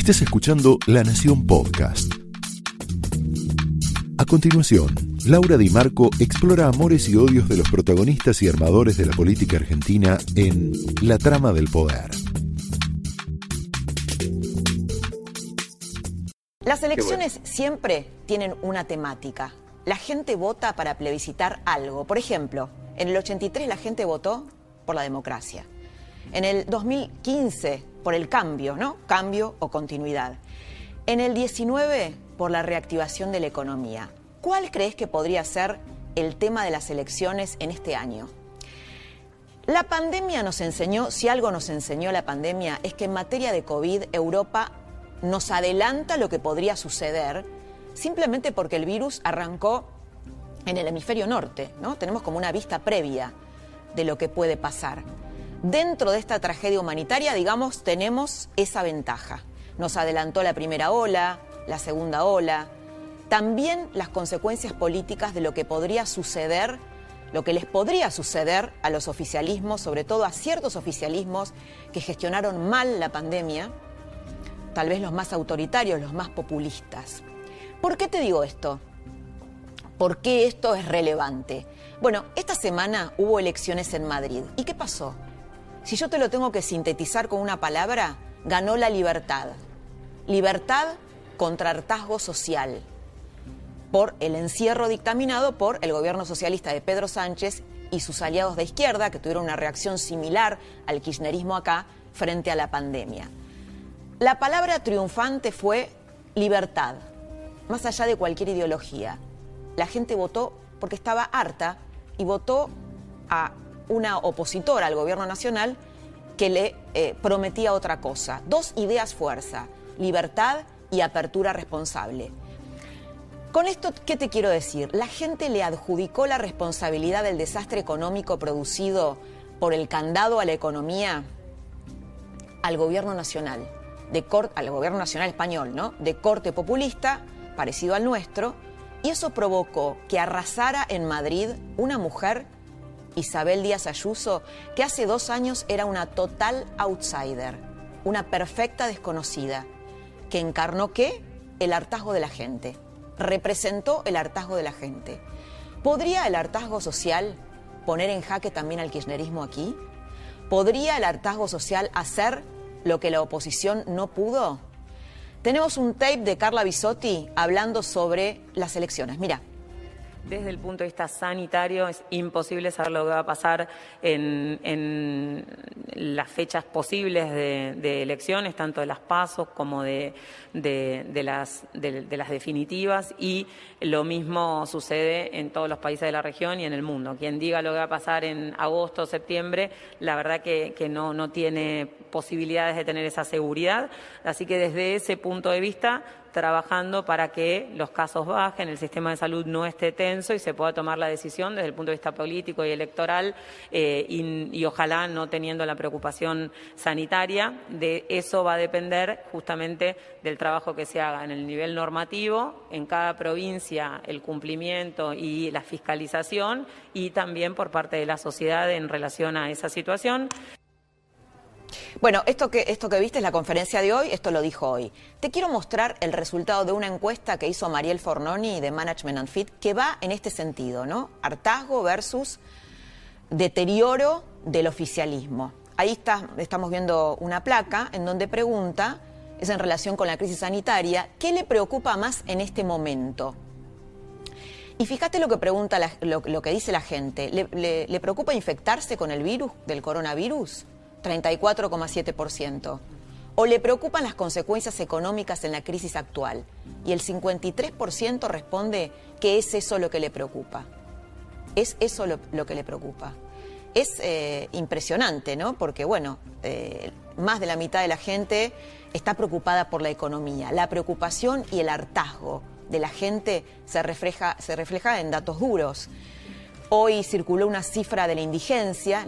Estás escuchando La Nación Podcast. A continuación, Laura Di Marco explora amores y odios de los protagonistas y armadores de la política argentina en La Trama del Poder. Las elecciones siempre tienen una temática. La gente vota para plebiscitar algo. Por ejemplo, en el 83 la gente votó por la democracia. En el 2015 por el cambio, ¿no? Cambio o continuidad. En el 19 por la reactivación de la economía. ¿Cuál crees que podría ser el tema de las elecciones en este año? La pandemia nos enseñó, si algo nos enseñó la pandemia, es que en materia de COVID Europa nos adelanta lo que podría suceder simplemente porque el virus arrancó en el hemisferio norte, ¿no? Tenemos como una vista previa de lo que puede pasar. Dentro de esta tragedia humanitaria, digamos, tenemos esa ventaja. Nos adelantó la primera ola, la segunda ola, también las consecuencias políticas de lo que podría suceder, lo que les podría suceder a los oficialismos, sobre todo a ciertos oficialismos que gestionaron mal la pandemia, tal vez los más autoritarios, los más populistas. ¿Por qué te digo esto? ¿Por qué esto es relevante? Bueno, esta semana hubo elecciones en Madrid. ¿Y qué pasó? Si yo te lo tengo que sintetizar con una palabra, ganó la libertad. Libertad contra hartazgo social, por el encierro dictaminado por el gobierno socialista de Pedro Sánchez y sus aliados de izquierda, que tuvieron una reacción similar al kirchnerismo acá frente a la pandemia. La palabra triunfante fue libertad, más allá de cualquier ideología. La gente votó porque estaba harta y votó a una opositora al gobierno nacional que le prometía otra cosa. Dos ideas fuerza, libertad y apertura responsable. Con esto, ¿qué te quiero decir? La gente le adjudicó la responsabilidad del desastre económico producido por el candado a la economía al gobierno nacional, al gobierno nacional español, ¿no? De corte populista, parecido al nuestro, y eso provocó que arrasara en Madrid una mujer, Isabel Díaz Ayuso, que hace 2 años era una total outsider, una perfecta desconocida, que encarnó ¿qué? El hartazgo de la gente. Representó el hartazgo de la gente. ¿Podría el hartazgo social poner en jaque también al kirchnerismo aquí? ¿Podría el hartazgo social hacer lo que la oposición no pudo? Tenemos un tape de Carla Bisotti hablando sobre las elecciones. Mira. Desde el punto de vista sanitario es imposible saber lo que va a pasar en las fechas posibles de elecciones, tanto de las PASO como de las definitivas, y lo mismo sucede en todos los países de la región y en el mundo. Quien diga lo que va a pasar en agosto o septiembre, la verdad que no tiene posibilidades de tener esa seguridad. Así que desde ese punto de vista, trabajando para que los casos bajen, el sistema de salud no esté tenso y se pueda tomar la decisión desde el punto de vista político y electoral y ojalá no teniendo la preocupación sanitaria. De eso va a depender justamente del trabajo que se haga en el nivel normativo, en cada provincia el cumplimiento y la fiscalización, y también por parte de la sociedad en relación a esa situación. Bueno, esto que viste es la conferencia de hoy, esto lo dijo hoy. Te quiero mostrar el resultado de una encuesta que hizo Mariel Fornoni de Management and Fit, que va en este sentido, ¿no? Hartazgo versus deterioro del oficialismo. Ahí estamos viendo una placa en donde pregunta, es en relación con la crisis sanitaria, ¿qué le preocupa más en este momento? Y fíjate lo que pregunta, lo que dice la gente. ¿Le preocupa infectarse con el virus del coronavirus? 34,7%. ¿O le preocupan las consecuencias económicas en la crisis actual? Y el 53% responde que es eso lo que le preocupa. Es eso lo que le preocupa. Es impresionante, ¿no? Porque, bueno, más de la mitad de la gente está preocupada por la economía. La preocupación y el hartazgo de la gente se refleja en datos duros. Hoy circuló una cifra de la indigencia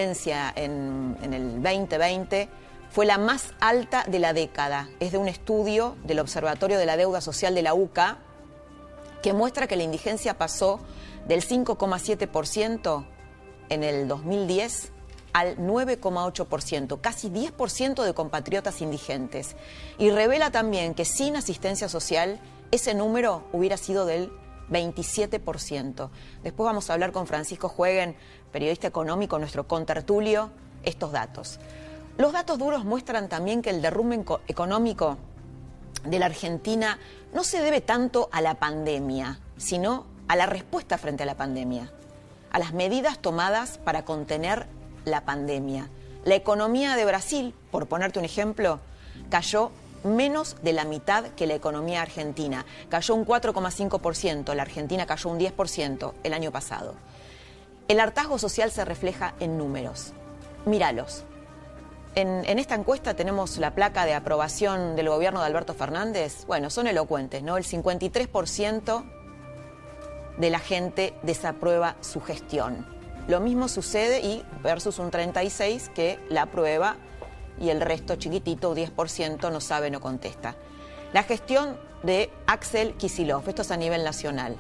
en el 2020 fue la más alta de la década. Es de un estudio del Observatorio de la Deuda Social de la UCA que muestra que la indigencia pasó del 5,7% en el 2010 al 9,8%, casi 10% de compatriotas indigentes. Y revela también que sin asistencia social ese número hubiera sido del 27%. Después vamos a hablar con Francisco Jueguen, periodista económico, nuestro contertulio, estos datos. Los datos duros muestran también que el derrumbe económico de la Argentina no se debe tanto a la pandemia, sino a la respuesta frente a la pandemia, a las medidas tomadas para contener la pandemia. La economía de Brasil, por ponerte un ejemplo, cayó menos de la mitad que la economía argentina. Cayó un 4,5%, la Argentina cayó un 10% el año pasado. El hartazgo social se refleja en números. Míralos. En esta encuesta tenemos la placa de aprobación del gobierno de Alberto Fernández. Bueno, son elocuentes, ¿no? El 53% de la gente desaprueba su gestión. Lo mismo sucede y versus un 36% que la aprueba y el resto chiquitito, 10%, no sabe, no contesta. La gestión de Axel Kicillof, esto es a nivel nacional.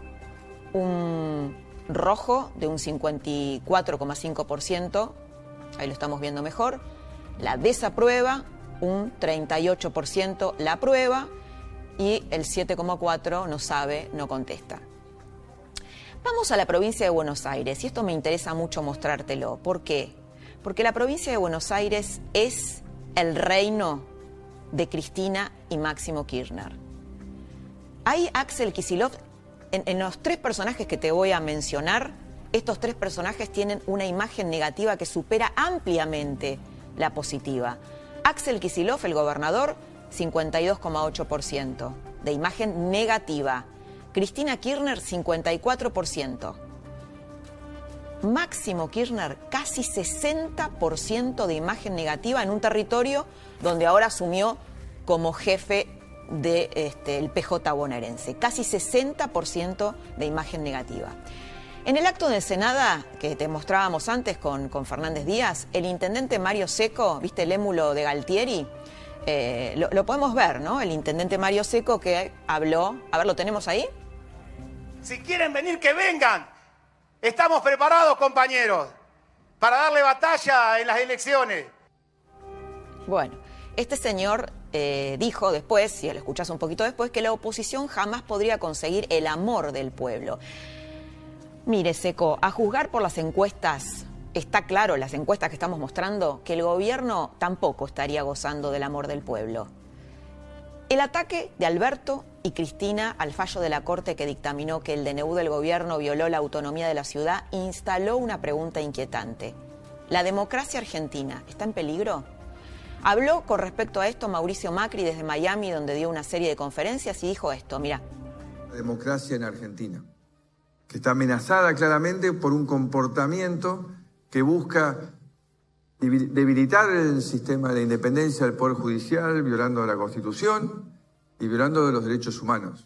Un rojo de un 54,5%, ahí lo estamos viendo mejor. La desaprueba, un 38% la aprueba y el 7,4% no sabe, no contesta. Vamos a la provincia de Buenos Aires y esto me interesa mucho mostrártelo. ¿Por qué? Porque la provincia de Buenos Aires es el reino de Cristina y Máximo Kirchner. Ahí Axel Kicillof, en los tres personajes que te voy a mencionar, estos tres personajes tienen una imagen negativa que supera ampliamente la positiva. Axel Kicillof, el gobernador, 52,8% de imagen negativa. Cristina Kirchner, 54%. Máximo Kirchner, casi 60% de imagen negativa en un territorio donde ahora asumió como jefe del PJ bonaerense. Casi 60% de imagen negativa. En el acto de Ensenada, que te mostrábamos antes con Fernández Díaz, el intendente Mario Secco, ¿viste el émulo de Galtieri? Lo podemos ver, ¿no? El intendente Mario Secco que habló. A ver, ¿lo tenemos ahí? Si quieren venir, que vengan. Estamos preparados, compañeros, para darle batalla en las elecciones. Bueno, este señor dijo después, si lo escuchás un poquito después, que la oposición jamás podría conseguir el amor del pueblo. Mire, Secco, a juzgar por las encuestas, está claro, las encuestas que estamos mostrando, que el gobierno tampoco estaría gozando del amor del pueblo. El ataque de Alberto y Cristina al fallo de la Corte que dictaminó que el DNU del gobierno violó la autonomía de la ciudad instaló una pregunta inquietante. ¿La democracia argentina está en peligro? Habló con respecto a esto Mauricio Macri desde Miami, donde dio una serie de conferencias y dijo esto, mirá. La democracia en Argentina, que está amenazada claramente por un comportamiento que busca debilitar el sistema de la independencia del Poder Judicial, violando la Constitución y violando los derechos humanos.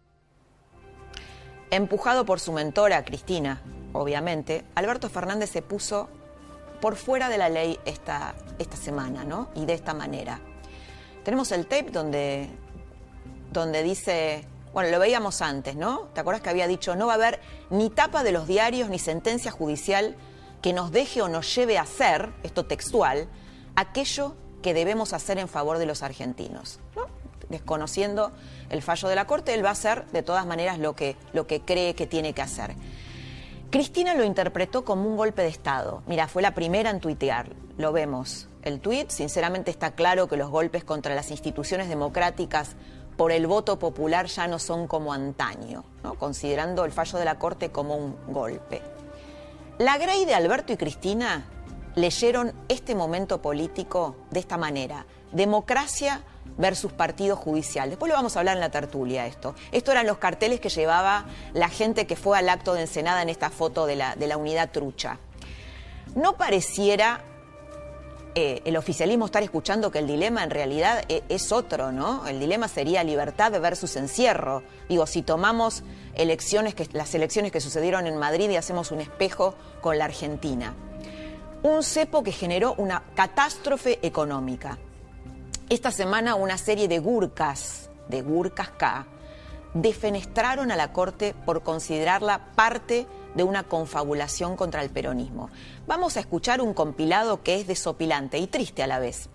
Empujado por su mentora, Cristina, obviamente, Alberto Fernández se puso por fuera de la ley esta semana, ¿no? Y de esta manera. Tenemos el tape donde dice, bueno, lo veíamos antes, ¿no? ¿Te acuerdas que había dicho, no va a haber ni tapa de los diarios ni sentencia judicial que nos deje o nos lleve a hacer, esto textual, aquello que debemos hacer en favor de los argentinos, ¿no? Desconociendo el fallo de la Corte, él va a hacer de todas maneras lo que cree que tiene que hacer. Cristina lo interpretó como un golpe de Estado. Mira, fue la primera en tuitear, lo vemos. El tuit, sinceramente está claro que los golpes contra las instituciones democráticas por el voto popular ya no son como antaño, ¿no? Considerando el fallo de la Corte como un golpe. La Grey de Alberto y Cristina leyeron este momento político de esta manera. Democracia versus partido judicial. Después lo vamos a hablar en la tertulia esto. Estos eran los carteles que llevaba la gente que fue al acto de Ensenada en esta foto de la unidad trucha. No pareciera el oficialismo estar escuchando que el dilema en realidad es otro, ¿no? El dilema sería libertad versus encierro. Digo, si tomamos las elecciones que sucedieron en Madrid y hacemos un espejo con la Argentina. Un cepo que generó una catástrofe económica. Esta semana una serie de gurkas K, defenestraron a la Corte por considerarla parte de una confabulación contra el peronismo. Vamos a escuchar un compilado que es desopilante y triste a la vez.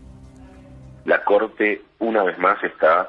La Corte, una vez más, está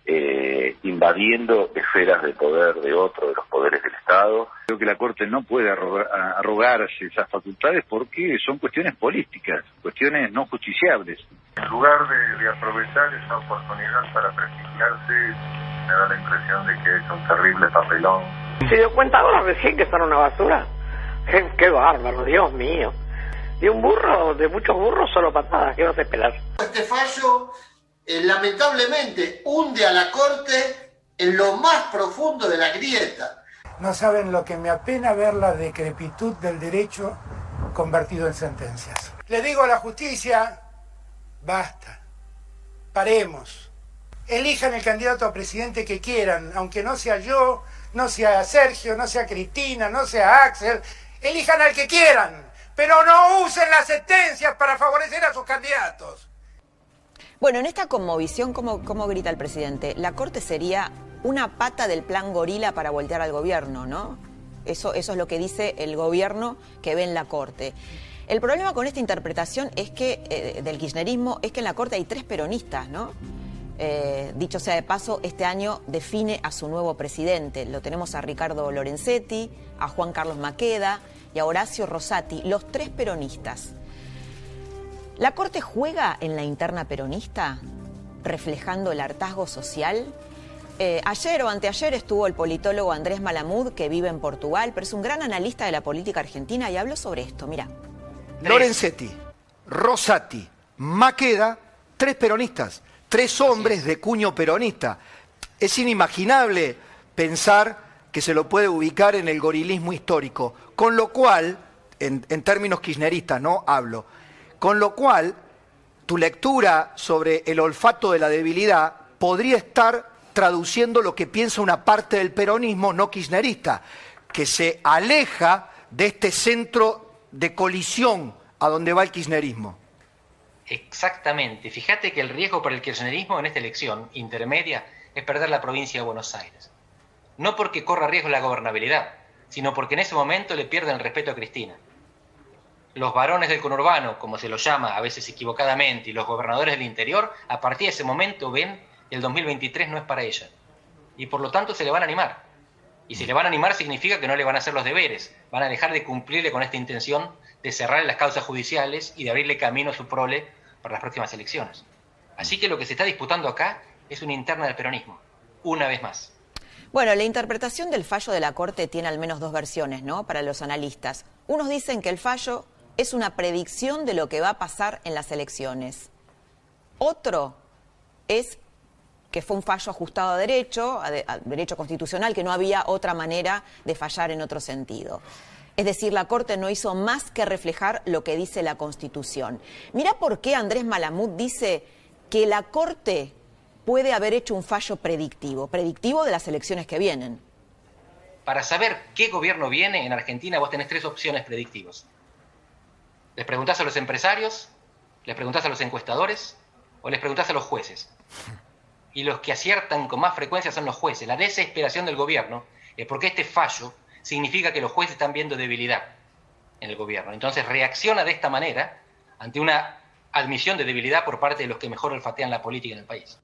invadiendo esferas de poder de otro, de los poderes del Estado. Creo que la Corte no puede arrogarse esas facultades porque son cuestiones políticas, cuestiones no justiciables. En lugar de aprovechar esa oportunidad para prestigiarse, me da la impresión de que es un terrible papelón. ¿Se dio cuenta ahora recién que son una basura? ¡Qué bárbaro, Dios mío! De un burro, de muchos burros, solo patadas, ¿qué vas a esperar? Este fallo, lamentablemente, hunde a la Corte en lo más profundo de la grieta. No saben lo que me apena ver la decrepitud del derecho convertido en sentencias. Le digo a la justicia, basta, paremos. Elijan el candidato a presidente que quieran, aunque no sea yo, no sea Sergio, no sea Cristina, no sea Axel. Elijan al que quieran, pero no usen las sentencias para favorecer a sus candidatos. Bueno, en esta conmovisión, ¿cómo grita el presidente? La Corte sería una pata del plan gorila para voltear al gobierno, ¿no? Eso es lo que dice el gobierno que ve en la Corte. El problema con esta interpretación es que del kirchnerismo es que en la Corte hay 3 peronistas, ¿no? Dicho sea de paso, este año define a su nuevo presidente. Lo tenemos a Ricardo Lorenzetti, a Juan Carlos Maqueda y a Horacio Rosati, los 3 peronistas. ¿La Corte juega en la interna peronista, reflejando el hartazgo social? Ayer o anteayer estuvo el politólogo Andrés Malamud, que vive en Portugal, pero es un gran analista de la política argentina y habló sobre esto. Mira. Lorenzetti, Rosati, Maqueda, 3 peronistas, 3 hombres de cuño peronista. Es inimaginable pensar que se lo puede ubicar en el gorilismo histórico, con lo cual, en términos kirchneristas, no hablo, con lo cual tu lectura sobre el olfato de la debilidad podría estar traduciendo lo que piensa una parte del peronismo no kirchnerista, que se aleja de este centro de colisión a donde va el kirchnerismo. Exactamente. Fíjate que el riesgo para el kirchnerismo en esta elección intermedia es perder la provincia de Buenos Aires. No porque corra riesgo la gobernabilidad, sino porque en ese momento le pierden el respeto a Cristina. Los varones del conurbano, como se los llama a veces equivocadamente, y los gobernadores del interior, a partir de ese momento ven que el 2023 no es para ella. Y por lo tanto se le van a animar. Y si le van a animar significa que no le van a hacer los deberes, van a dejar de cumplirle con esta intención de cerrar las causas judiciales y de abrirle camino a su prole para las próximas elecciones. Así que lo que se está disputando acá es una interna del peronismo, una vez más. Bueno, la interpretación del fallo de la Corte tiene al menos 2 versiones, ¿no?, para los analistas. Unos dicen que el fallo es una predicción de lo que va a pasar en las elecciones. Otro es que fue un fallo ajustado a derecho constitucional, que no había otra manera de fallar en otro sentido. Es decir, la Corte no hizo más que reflejar lo que dice la Constitución. Mirá por qué Andrés Malamud dice que la Corte puede haber hecho un fallo predictivo de las elecciones que vienen. Para saber qué gobierno viene en Argentina vos tenés 3 opciones predictivas. Les preguntás a los empresarios, les preguntás a los encuestadores o les preguntás a los jueces. Y los que aciertan con más frecuencia son los jueces. La desesperación del gobierno es porque este fallo significa que los jueces están viendo debilidad en el gobierno. Entonces reacciona de esta manera ante una admisión de debilidad por parte de los que mejor olfatean la política en el país.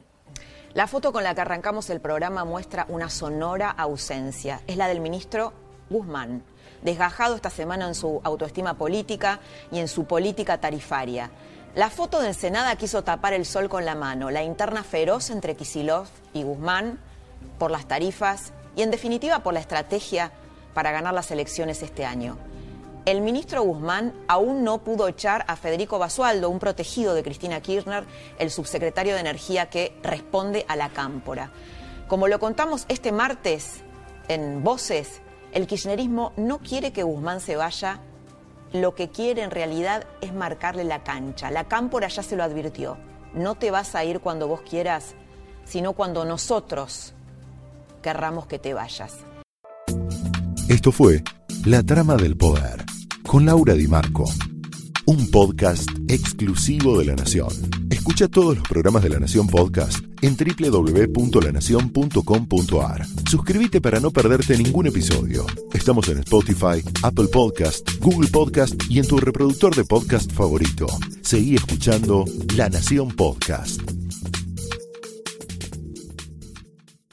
La foto con la que arrancamos el programa muestra una sonora ausencia. Es la del ministro Guzmán, desgajado esta semana en su autoestima política y en su política tarifaria. La foto de Ensenada quiso tapar el sol con la mano, la interna feroz entre Kicillof y Guzmán por las tarifas y en definitiva por la estrategia para ganar las elecciones este año. El ministro Guzmán aún no pudo echar a Federico Basualdo, un protegido de Cristina Kirchner, el subsecretario de Energía que responde a la cámpora. Como lo contamos este martes en Voces, el kirchnerismo no quiere que Guzmán se vaya, lo que quiere en realidad es marcarle la cancha. La cámpora ya se lo advirtió, no te vas a ir cuando vos quieras, sino cuando nosotros querramos que te vayas. Esto fue La Trama del Poder, con Laura Di Marco, un podcast exclusivo de La Nación. Escucha todos los programas de La Nación Podcast en www.lanacion.com.ar. Suscríbete para no perderte ningún episodio. Estamos en Spotify, Apple Podcast, Google Podcast y en tu reproductor de podcast favorito. Seguí escuchando La Nación Podcast.